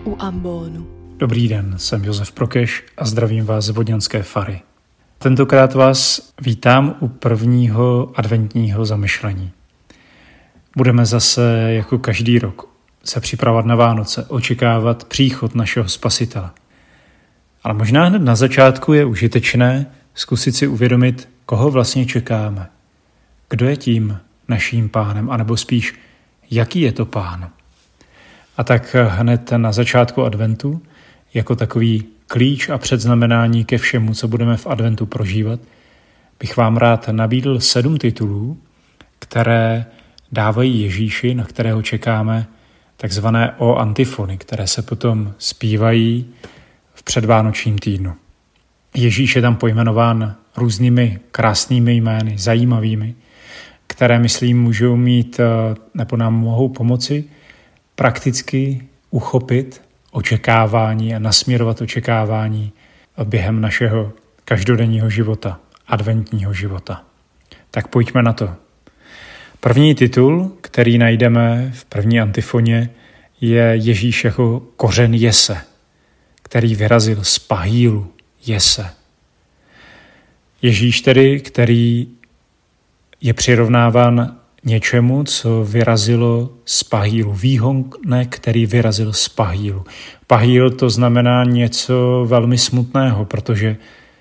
u ambonu. Dobrý den, jsem Josef Prokeš a zdravím vás z Vodňanské fary. Tentokrát vás vítám u prvního adventního zamyšlení. Budeme zase jako každý rok se připravovat na Vánoce, očekávat příchod našeho Spasitele. Ale možná hned na začátku je užitečné zkusit si uvědomit, koho vlastně čekáme. Kdo je tím naším pánem, anebo spíš, jaký je to pán. A tak hned na začátku adventu, jako takový klíč a předznamenání ke všemu, co budeme v adventu prožívat, bych vám rád nabídl 7 titulů, které dávají Ježíši, na kterého čekáme, takzvané O antifony, které se potom zpívají v předvánočním týdnu. Ježíš je tam pojmenován různými krásnými jmény, zajímavými, které, myslím, můžou mít nebo nám mohou pomoci prakticky uchopit očekávání a nasměrovat očekávání během našeho každodenního života, adventního života. Tak pojďme na to. První titul, který najdeme v první antifoně, je Ježíš jako kořen jese, který vyrazil z pahýlu jese. Ježíš tedy, který je přirovnáván něčemu, co vyrazilo z pahýlu. Výhonek, který vyrazil z pahýlu. Pahýl to znamená něco velmi smutného, protože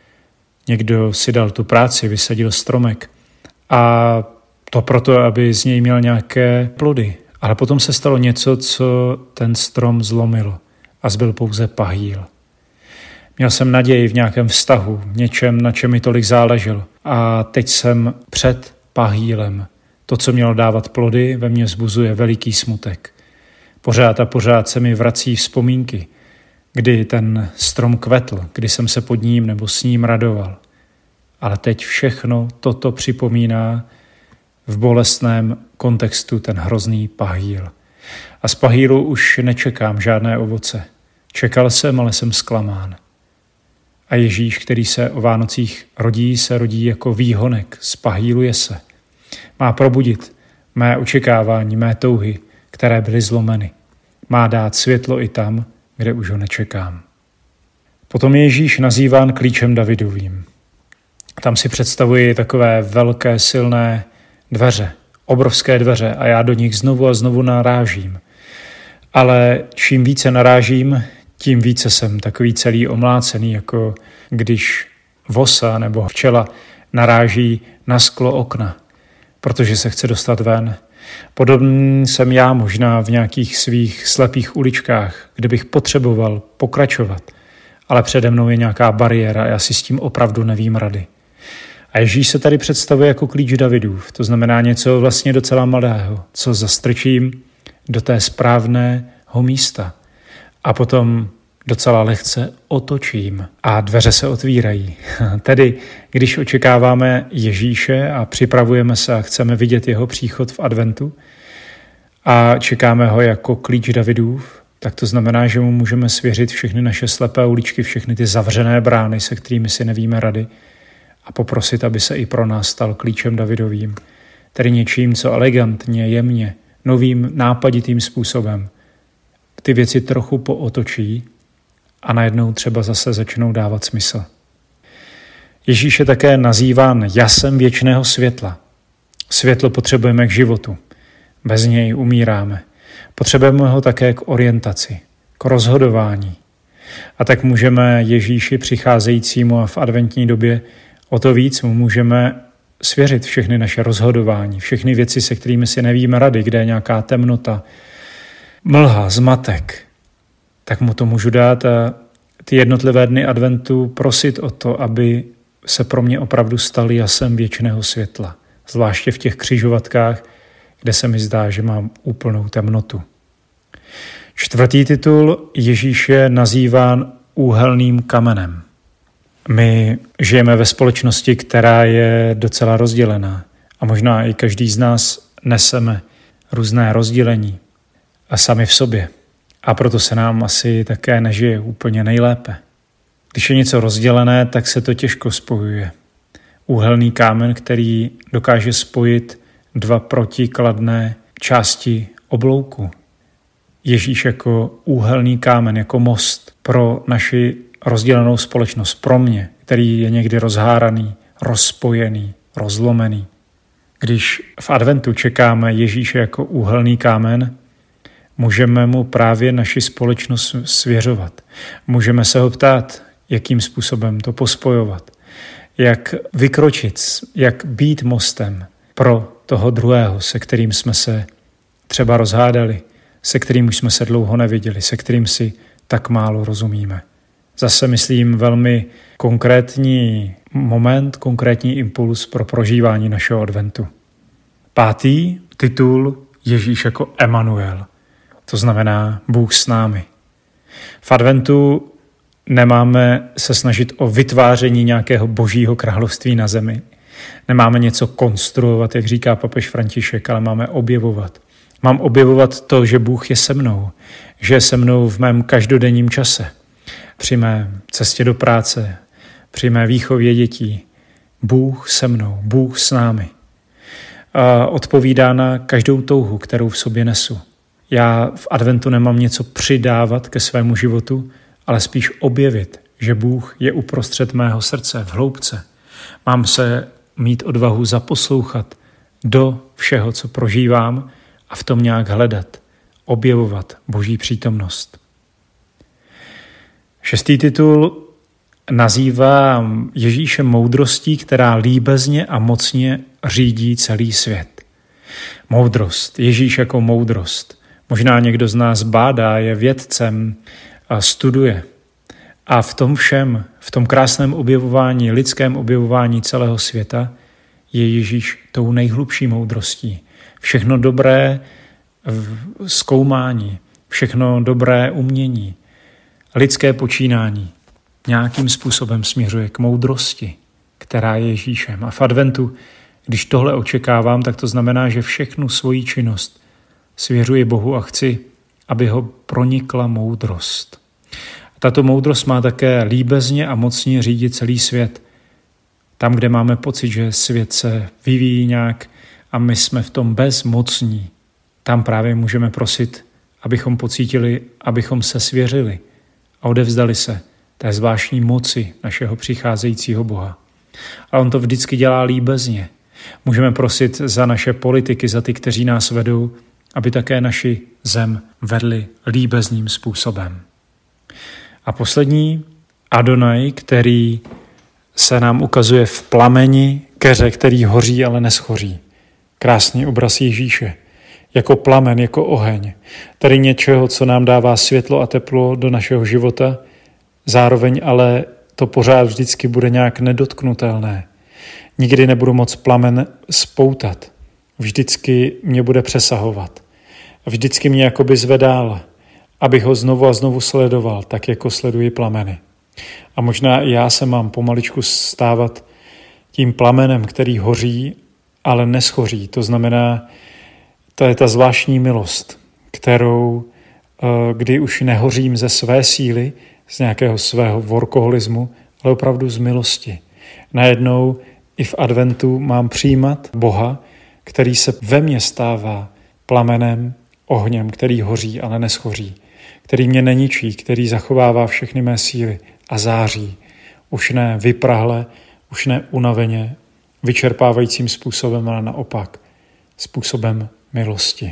někdo si dal tu práci, vysadil stromek a to proto, aby z něj měl nějaké plody. Ale potom se stalo něco, co ten strom zlomilo a zbyl pouze pahýl. Měl jsem naději v nějakém vztahu, něčem, na čem mi tolik záleželo. A teď jsem před pahýlem. To, co mělo dávat plody, ve mně vzbuzuje veliký smutek. Pořád a pořád se mi vrací vzpomínky, kdy ten strom kvetl, kdy jsem se pod ním nebo s ním radoval. Ale teď všechno toto připomíná v bolestném kontextu ten hrozný pahýl. A z pahýlu už nečekám žádné ovoce. Čekal jsem, ale jsem zklamán. A Ježíš, který se o Vánocích rodí, se rodí jako výhonek z pahýlu jese. Má probudit mé očekávání, mé touhy, které byly zlomeny. Má dát světlo i tam, kde už ho nečekám. Potom je Ježíš nazýván klíčem Davidovým. Tam si představuji takové velké, silné dveře, obrovské dveře a já do nich znovu a znovu narážím. Ale čím více narážím, tím více jsem takový celý omlácený, jako když vosa nebo včela naráží na sklo okna, protože se chce dostat ven. Podobný jsem já možná v nějakých svých slepých uličkách, kde bych potřeboval pokračovat, ale přede mnou je nějaká bariéra a já si s tím opravdu nevím rady. A Ježíš se tady představuje jako klíč Davidův, to znamená něco vlastně docela malého, co zastrčím do té správného místa a potom docela lehce otočím a dveře se otvírají. Tedy, když očekáváme Ježíše a připravujeme se a chceme vidět jeho příchod v adventu a čekáme ho jako klíč Davidův, tak to znamená, že mu můžeme svěřit všechny naše slepé uličky, všechny ty zavřené brány, se kterými si nevíme rady a poprosit, aby se i pro nás stal klíčem Davidovým, tedy něčím, co elegantně, jemně, novým nápaditým způsobem ty věci trochu pootočí a najednou třeba zase začnou dávat smysl. Ježíš je také nazýván jasem věčného světla. Světlo potřebujeme k životu. Bez něj umíráme. Potřebujeme ho také k orientaci, k rozhodování. A tak můžeme Ježíši přicházejícímu a v adventní době o to víc mu můžeme svěřit všechny naše rozhodování, všechny věci, se kterými si nevíme rady, kde je nějaká temnota, mlha, zmatek, tak mu to můžu dát a ty jednotlivé dny adventu prosit o to, aby se pro mě opravdu stal jasem věčného světla. Zvláště v těch křižovatkách, kde se mi zdá, že mám úplnou temnotu. 4. titul Ježíš je nazýván úhelným kamenem. My žijeme ve společnosti, která je docela rozdělená a možná i každý z nás neseme různé rozdělení a sami v sobě. A proto se nám asi také nežije úplně nejlépe. Když je něco rozdělené, tak se to těžko spojuje. Úhelný kámen, který dokáže spojit dva protikladné části oblouku. Ježíš jako úhelný kámen, jako most pro naši rozdělenou společnost, pro mě, který je někdy rozháraný, rozpojený, rozlomený. Když v adventu čekáme Ježíše jako úhelný kámen, můžeme mu právě naši společnost svěřovat. Můžeme se ho ptát, jakým způsobem to pospojovat, jak vykročit, jak být mostem pro toho druhého, se kterým jsme se třeba rozhádali, se kterým už jsme se dlouho neviděli, se kterým si tak málo rozumíme. Zase myslím velmi konkrétní moment, konkrétní impuls pro prožívání našeho adventu. 5. titul Ježíš jako Emanuel, to znamená Bůh s námi. V adventu nemáme se snažit o vytváření nějakého božího království na zemi. Nemáme něco konstruovat, jak říká papež František, ale máme objevovat. Mám objevovat to, že Bůh je se mnou, že je se mnou v mém každodenním čase, při mé cestě do práce, při mé výchově dětí. Bůh se mnou, Bůh s námi. A odpovídá na každou touhu, kterou v sobě nesu. Já v adventu nemám něco přidávat ke svému životu, ale spíš objevit, že Bůh je uprostřed mého srdce, v hloubce. Mám se mít odvahu zaposlouchat do všeho, co prožívám, a v tom nějak hledat, objevovat Boží přítomnost. 6. titul nazývá Ježíše moudrostí, která líbezně a mocně řídí celý svět. Moudrost, Ježíš jako moudrost. Možná někdo z nás bádá, je vědcem a studuje. A v tom všem, v tom krásném objevování, lidském objevování celého světa, je Ježíš tou nejhlubší moudrostí. Všechno dobré zkoumání, všechno dobré umění, lidské počínání nějakým způsobem směřuje k moudrosti, která je Ježíšem. A v adventu, když tohle očekávám, tak to znamená, že všechnu svoji činnost svěřuji Bohu a chci, aby ho pronikla moudrost. A tato moudrost má také líbezně a mocně řídit celý svět. Tam, kde máme pocit, že svět se vyvíjí nějak a my jsme v tom bezmocní, tam právě můžeme prosit, abychom pocítili, abychom se svěřili a odevzdali se té zvláštní moci našeho přicházejícího Boha. A on to vždycky dělá líbezně. Můžeme prosit za naše politiky, za ty, kteří nás vedou, aby také naši zem vedli líbezným způsobem. A poslední, Adonai, který se nám ukazuje v plameni keře, který hoří, ale neschoří. Krásný obraz Ježíše. Jako plamen, jako oheň. Tady něčeho, co nám dává světlo a teplo do našeho života, zároveň ale to pořád vždycky bude nějak nedotknutelné. Nikdy nebudu moc plamen spoutat. Vždycky mě bude přesahovat. Vždycky mě jakoby zvedal, abych ho znovu a znovu sledoval, tak jako sleduji plameny. A možná i já se mám pomaličku stávat tím plamenem, který hoří, ale neschoří. To znamená, to je ta zvláštní milost, kterou, kdy už nehořím ze své síly, z nějakého svého workoholismu, ale opravdu z milosti. Najednou i v adventu mám přijímat Boha, který se ve mně stává plamenem, ohněm, který hoří, ale neschoří, který mě neničí, který zachovává všechny mé síly a září. Už ne vyprahle, už ne unaveně, vyčerpávajícím způsobem, ale naopak způsobem milosti.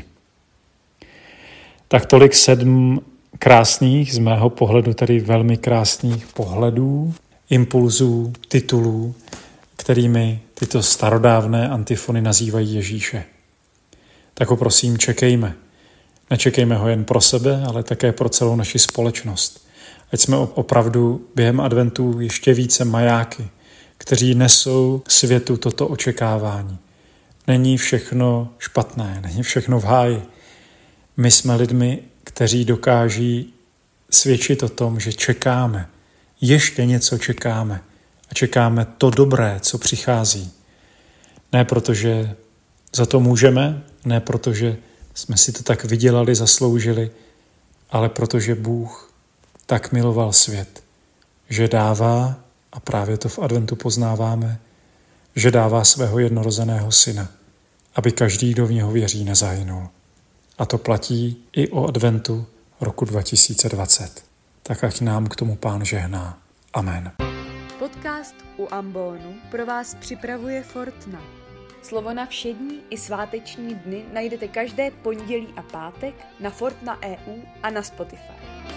Tak tolik 7 krásných, z mého pohledu tedy velmi krásných pohledů, impulzů, titulů, kterými tyto starodávné antifony nazývají Ježíše. Tak ho prosím, čekejme. Nečekejme ho jen pro sebe, ale také pro celou naši společnost. Ať jsme opravdu během adventu ještě více majáky, kteří nesou světu toto očekávání. Není všechno špatné, není všechno v háji. My jsme lidmi, kteří dokáží svědčit o tom, že čekáme. Ještě něco čekáme. A čekáme to dobré, co přichází. Ne protože za to můžeme, ne protože jsme si to tak vydělali, zasloužili, ale protože Bůh tak miloval svět, že dává, a právě to v adventu poznáváme, že dává svého jednorozeného syna, aby každý, kdo v něho věří, nezahynul, A to platí i o adventu roku 2020. Tak ať nám k tomu Pán žehná. Amen. Podcast u ambonu pro vás připravuje Fortna. Slovo na všední i sváteční dny najdete každé pondělí a pátek na Fortna.eu a na Spotify.